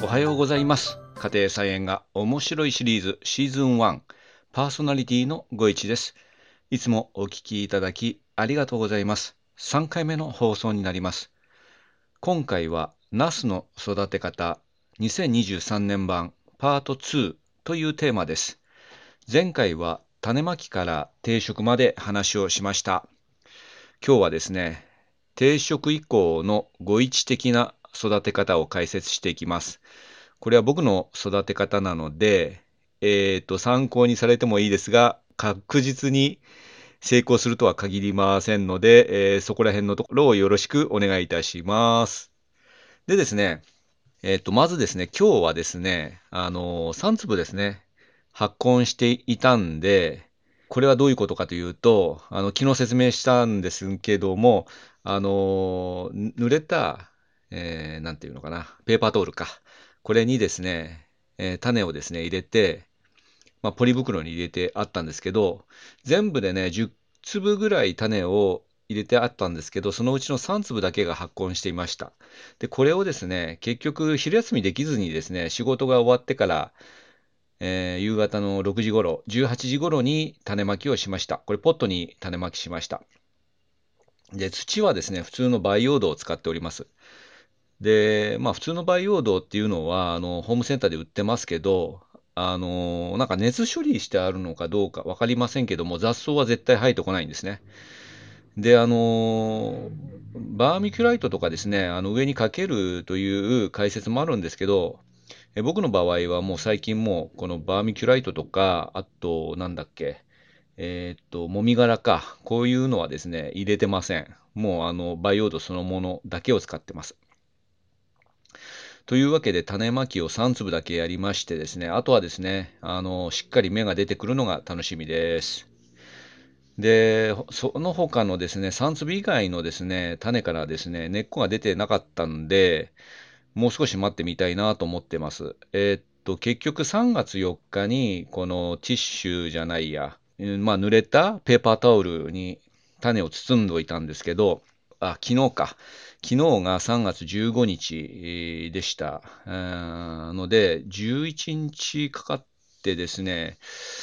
おはようございます。家庭菜園が面白いシリーズシーズン1、パーソナリティのご一です。いつもお聞きいただきありがとうございます。3回目の放送になります。今回はナスの育て方2023年版パート2というテーマです。前回は種まきから定植まで話をしました。今日はですね、定植以降のご一的な育て方を解説していきます。これは僕の育て方なので、参考にされてもいいですが、確実に成功するとは限りませんので、そこら辺のところをよろしくお願いいたします。でですね、まずですね、今日はですね、3粒ですね、発根していたんで、これはどういうことかというと、昨日説明したんですけども、濡れた、なんていうのかな、ペーパータオルか。これにですね、種をですね、入れて、ポリ袋に入れてあったんですけど、全部でね、10粒ぐらい種を入れてあったんですけど、そのうちの3粒だけが発根していました。で、これをですね、結局昼休みできずにですね、仕事が終わってから、夕方の6時頃、18時頃に種まきをしました。これポットに種まきしました。で、土はですね、普通の培養土を使っております。で、普通の培養土っていうのは、ホームセンターで売ってますけど、なんか熱処理してあるのかどうかわかりませんけども、雑草は絶対生えてこないんですね。で、バーミキュライトとかですね、上にかけるという解説もあるんですけど、僕の場合はもう最近もうこのバーミキュライトとか、あとなんだっけ、もみ殻か、こういうのはですね、入れてません。もう培養土そのものだけを使ってます。というわけで種まきを3粒だけやりましてですね、あとはですね、しっかり芽が出てくるのが楽しみです。で、その他のですね、3粒以外のですね、種からですね、根っこが出てなかったんで、もう少し待ってみたいなと思ってます。結局3月4日に、このティッシュじゃないや、濡れたペーパータオルに種を包んでおいたんですけど、昨日か。昨日が3月15日でした。ので、11日かかってですね、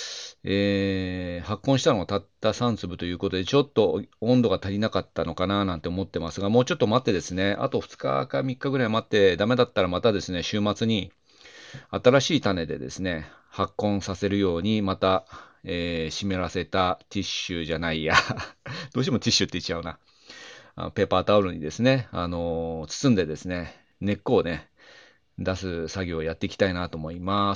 発根したのがたった3粒ということで、ちょっと温度が足りなかったのかななんて思ってますが、もうちょっと待ってですね、あと2日か3日ぐらい待って、ダメだったらまたですね、週末に新しい種でですね、発根させるように、また、湿らせたティッシュじゃないやどうしてもティッシュって言っちゃうな。ペーパータオルにですね、包んでですね、根っこをね、出す作業をやっていきたいなと思います。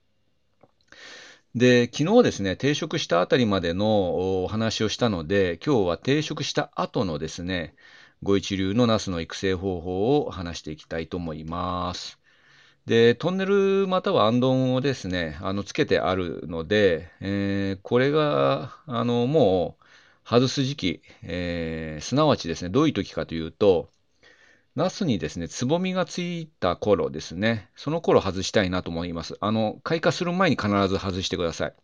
で、昨日ですね、定食したあたりまでのお話をしたので、今日は定食した後のですね、ご一流のナスの育成方法を話していきたいと思います。で、トンネルまたはアンドンをですね、つけてあるので、これが、もう外す時期、すなわちですね、どういう時かというと、ナスにですね、つぼみがついた頃ですね、その頃外したいなと思います。開花する前に必ず外してください。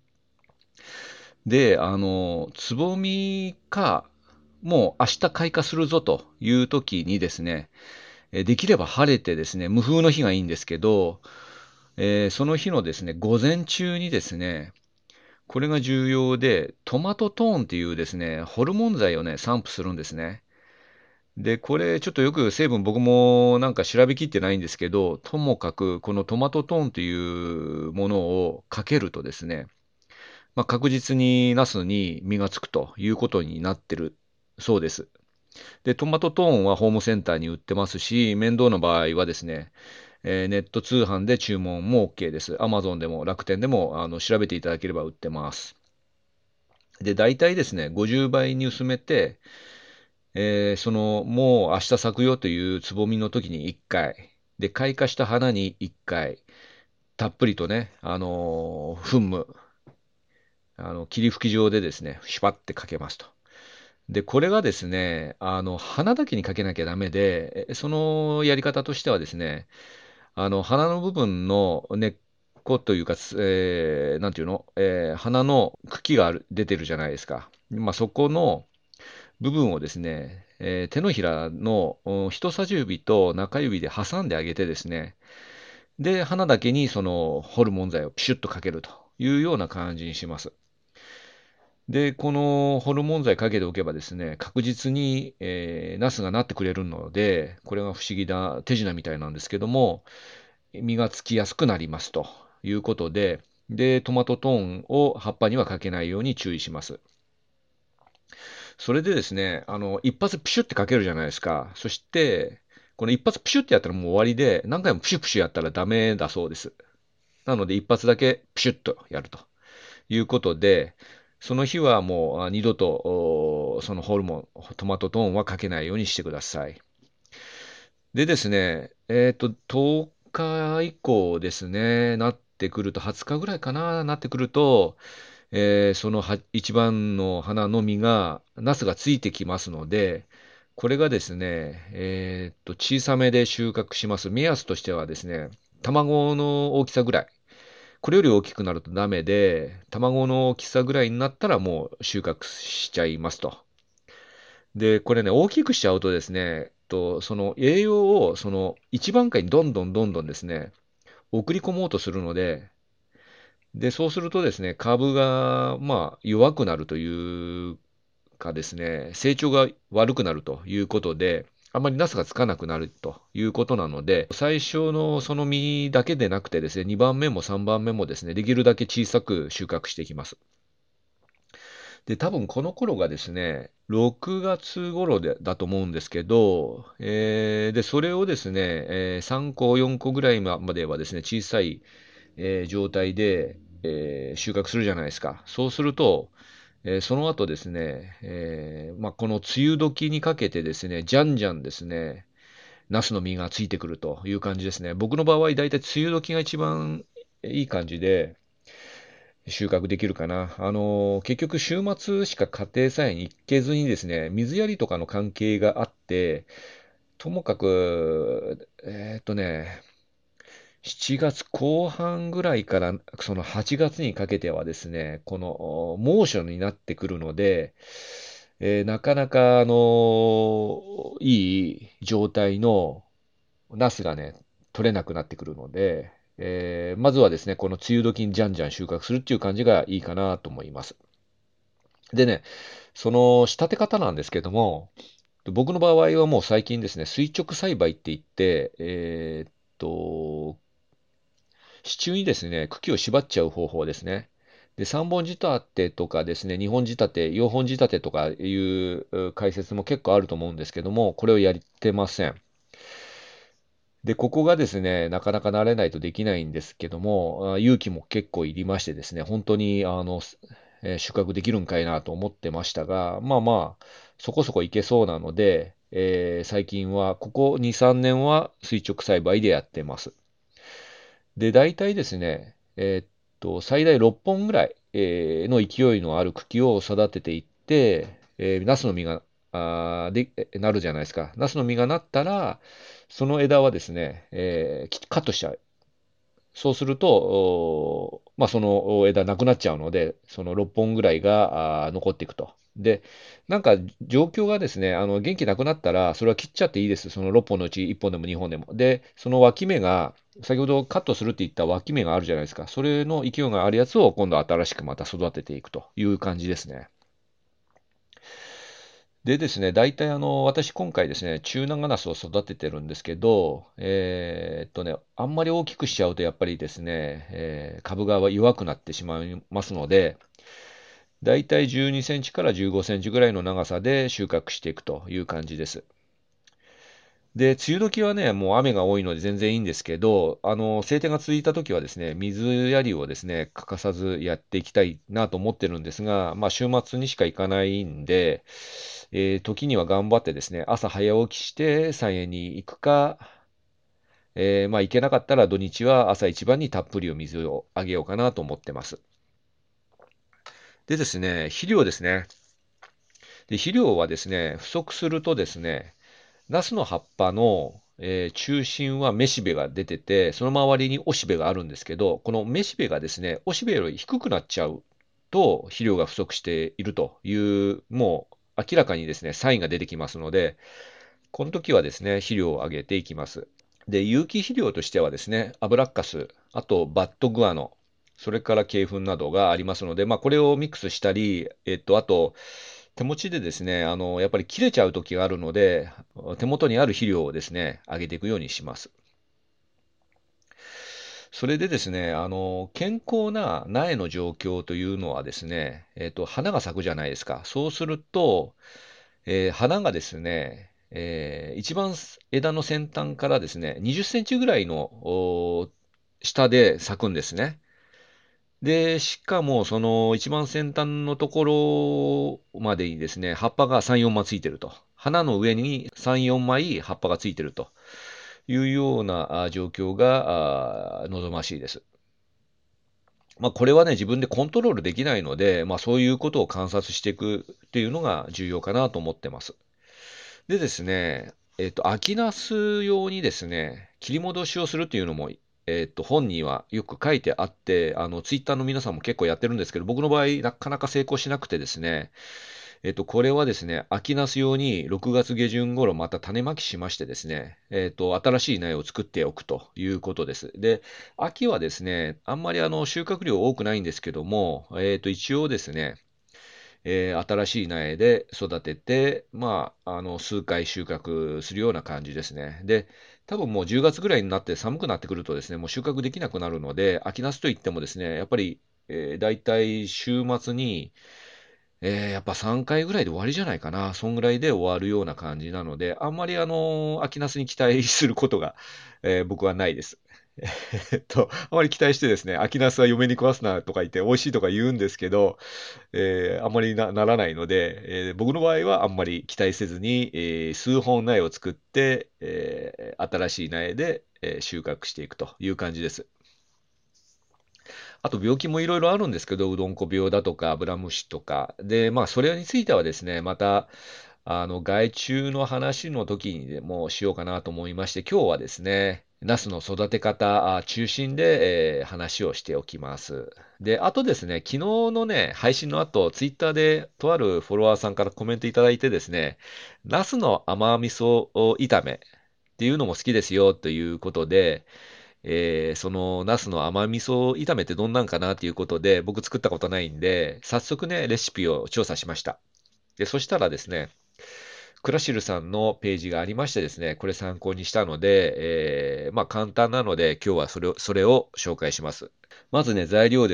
で、つぼみか、もう明日開花するぞという時にですね、できれば晴れてですね、無風の日がいいんですけど、その日のですね、午前中にですね、これが重要で、トマトトーンっていうですね、ホルモン剤をね、散布するんですね。で、これちょっとよく成分僕もなんか調べきってないんですけど、ともかくこのトマトトーンっていうものをかけるとですね、確実にナスに実がつくということになってるそうです。で、トマトトーンはホームセンターに売ってますし、面倒な場合はですね、ネット通販で注文も OK です。Amazon でも楽天でも調べていただければ売ってます。で、大体ですね、50倍に薄めて、もう明日咲くよというつぼみの時に1回、で、開花した花に1回、たっぷりとね、噴霧、霧吹き状でですね、シュパってかけますと。で、これがですね、花だけにかけなきゃダメで、そのやり方としてはですね、花の部分の根っこというか、なんていうの、花の茎が出てるじゃないですか。そこの部分をですね、手のひらの人差し指と中指で挟んであげてですね、で、花だけにそのホルモン剤をピシュッとかけるというような感じにします。で、このホルモン剤かけておけばですね、確実に、ナスがなってくれるので、これが不思議な手品みたいなんですけども、実がつきやすくなりますということで、で、トマトトーンを葉っぱにはかけないように注意します。それでですね、一発プシュってかけるじゃないですか。そして、この一発プシュってやったらもう終わりで、何回もプシュプシュやったらダメだそうです。なので一発だけプシュッとやるということで、その日はもう二度とそのホルモン、トマトトーンはかけないようにしてください。でですね、10日以降ですね、なってくると、20日ぐらいかな、なってくると、そのは一番の花の実が、ナスがついてきますので、これがですね、小さめで収穫します。目安としてはですね、卵の大きさぐらい。これより大きくなるとダメで、卵の大きさぐらいになったらもう収穫しちゃいますと。で、これね、大きくしちゃうとですね、その栄養をその一番階にどんどんですね、送り込もうとするので、で、そうするとですね、株が、まあ、弱くなるというかですね、成長が悪くなるということで、あまりナスがつかなくなるということなので、最初のその実だけでなくてですね、2番目も3番目もですね、できるだけ小さく収穫していきます。で、多分この頃がですね、6月頃だと思うんですけど、で、それをですね、3個、4個ぐらいまではですね、小さい、状態で、収穫するじゃないですか。そうすると、その後ですね、まあ、この梅雨時にかけてですね、じゃんじゃんですね、ナスの実がついてくるという感じですね。僕の場合、だいたい梅雨時が一番いい感じで、収穫できるかな。結局週末しか家庭菜園に行けずにですね、水やりとかの関係があって、ともかく、7月後半ぐらいからその8月にかけてはですね、この猛暑になってくるので、なかなかいい状態のナスがね、取れなくなってくるので、まずはですね、この梅雨時にじゃんじゃん収穫するっていう感じがいいかなと思います。でね、その仕立て方なんですけども、僕の場合はもう最近ですね、垂直栽培って言って、支柱にですね、茎を縛っちゃう方法ですね。で、3本仕立てとかですね、2本仕立て、4本仕立てとかいう解説も結構あると思うんですけども、これをやってません。で、ここがですね、なかなか慣れないとできないんですけども、勇気も結構いりましてですね、本当に、収穫できるんかいなと思ってましたが、まあまあ、そこそこいけそうなので、最近は、ここ2、3年は垂直栽培でやってます。で、大体ですね、最大6本ぐらい、の勢いのある茎を育てていって、ナスの実が、なるじゃないですか。ナスの実がなったら、その枝はですね、カットしちゃう。そうすると、まあ、その枝なくなっちゃうので、その6本ぐらいが残っていくと。で、なんか状況がですね、元気なくなったら、それは切っちゃっていいです。その6本のうち1本でも2本でも。で、その脇芽が、先ほどカットするって言った脇芽があるじゃないですか。それの勢いがあるやつを今度新しくまた育てていくという感じですね。でですね、大体私今回ですね、中長ナスを育ててるんですけど、あんまり大きくしちゃうとやっぱりですね、株が弱くなってしまいますので、大体12センチから15センチぐらいの長さで収穫していくという感じです。で、梅雨時はね、もう雨が多いので全然いいんですけど、晴天が続いた時はですね、水やりをですね、欠かさずやっていきたいなと思ってるんですが、まあ、週末にしか行かないんで、時には頑張ってですね、朝早起きして菜園に行くか、まあ、行けなかったら土日は朝一番にたっぷりお水をあげようかなと思ってます。でですね、肥料ですね。で、肥料はですね、不足するとですね、ナスの葉っぱの、中心は雌しべが出てて、その周りに雄しべがあるんですけど、この雌しべがですね、雄しべより低くなっちゃうと肥料が不足しているという、もう明らかにですね、サインが出てきますので、この時はですね、肥料をあげていきます。で、有機肥料としてはですね、アブラッカス、あとバットグアノ、それから鶏粉などがありますので、これをミックスしたり、あと、手持ちでですね、やっぱり切れちゃう時があるので、手元にある肥料をですね、あげていくようにします。それでですね、健康な苗の状況というのはですね、花が咲くじゃないですか。そうすると、花がですね、一番枝の先端からですね、20センチぐらいの下で咲くんですね。で、しかもその一番先端のところまでにですね、葉っぱが3、4枚ついてると。花の上に3、4枚葉っぱがついてるというような状況が望ましいです。これはね、自分でコントロールできないので、そういうことを観察していくっていうのが重要かなと思ってます。でですね、秋ナス用にですね、切り戻しをするっていうのも、本にはよく書いてあって、ツイッターの皆さんも結構やってるんですけど、僕の場合、なかなか成功しなくてですね、これはですね、秋ナス用に6月下旬頃また種まきしましてですね、新しい苗を作っておくということです。で、秋はですね、あんまり収穫量多くないんですけども、一応ですね、新しい苗で育てて、数回収穫するような感じですね。で、多分もう10月ぐらいになって寒くなってくるとですね、もう収穫できなくなるので、秋ナスといってもですね、やっぱり、だいたい週末に、やっぱ3回ぐらいで終わりじゃないかな。そんぐらいで終わるような感じなので、あんまり秋ナスに期待することが、僕はないです。あまり期待してですね、秋ナスは嫁に食わすなとか言って美味しいとか言うんですけど、あんまりならないので、僕の場合はあんまり期待せずに、数本苗を作って、新しい苗で、収穫していくという感じです。あと病気もいろいろあるんですけど、うどんこ病だとか、アブラムシとか。で、それについてはですね、また、害虫の話の時にでもしようかなと思いまして、今日はですね、ナスの育て方中心で、話をしておきます。で、あとですね、昨日のね、配信の後、ツイッターでとあるフォロワーさんからコメントいただいてですね、ナスの甘味噌炒めっていうのも好きですよということで、そのナスの甘味噌炒めってどんなんかなということで、僕作ったことないんで、早速ね、レシピを調査しました。で、そしたらですね、クラシルさんのページがありましてですね、これ参考にしたので、簡単なので今日はそれを紹介します。まずね、材料です。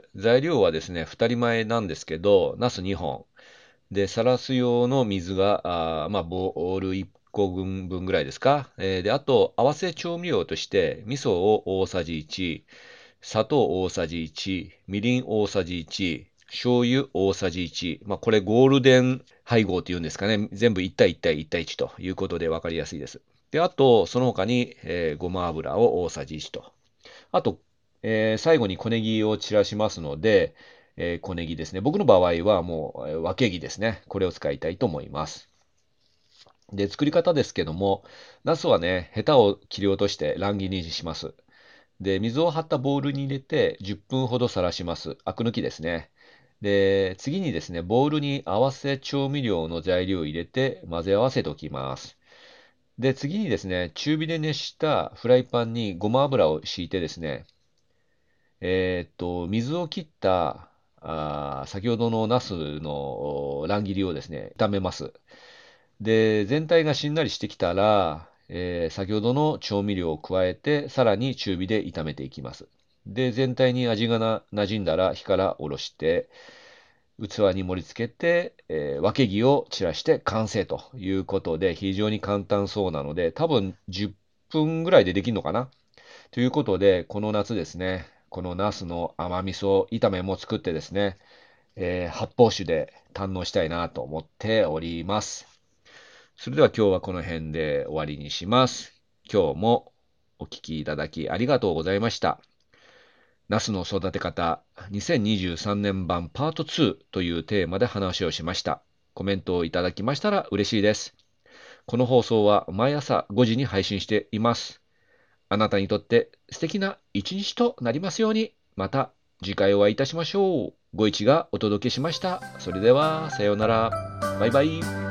材料はですね、2人前なんですけど、ナス2本。で、さらす用の水が、ボール1個分ぐらいですか。で、あと、合わせ調味料として、味噌を大さじ1、砂糖大さじ1、みりん大さじ1、醤油大さじ1。これゴールデン配合っていうんですかね。全部1対1対1対1ということで分かりやすいです。で、あと、その他に、ごま油を大さじ1と。あと、最後に小ネギを散らしますので、小ネギですね。僕の場合はもう、分け木ですね。これを使いたいと思います。で、作り方ですけども、ナスはね、ヘタを切り落として乱切りにします。で、水を張ったボウルに入れて10分ほどさらします。アク抜きですね。で、次にですね、ボウルに合わせ調味料の材料を入れて混ぜ合わせておきます。で、次にですね、中火で熱したフライパンにごま油を敷いてですね、水を切った先ほどのナスの乱切りをですね、炒めます。で、全体がしんなりしてきたら、先ほどの調味料を加えて、さらに中火で炒めていきます。で、全体に味が馴染んだら火から下ろして、器に盛り付けて、分け木を散らして完成ということで、非常に簡単そうなので、多分10分ぐらいでできるのかなということで、この夏ですね、このナスの甘味噌炒めも作ってですね、発泡酒で堪能したいなと思っております。それでは今日はこの辺で終わりにします。今日もお聞きいただきありがとうございました。ナスの育て方2023年版パート2というテーマで話をしました。コメントをいただきましたら嬉しいです。この放送は毎朝5時に配信しています。あなたにとって素敵な一日となりますように。また次回お会いいたしましょう。ご一がお届けしました。それでは、さようなら。バイバイ。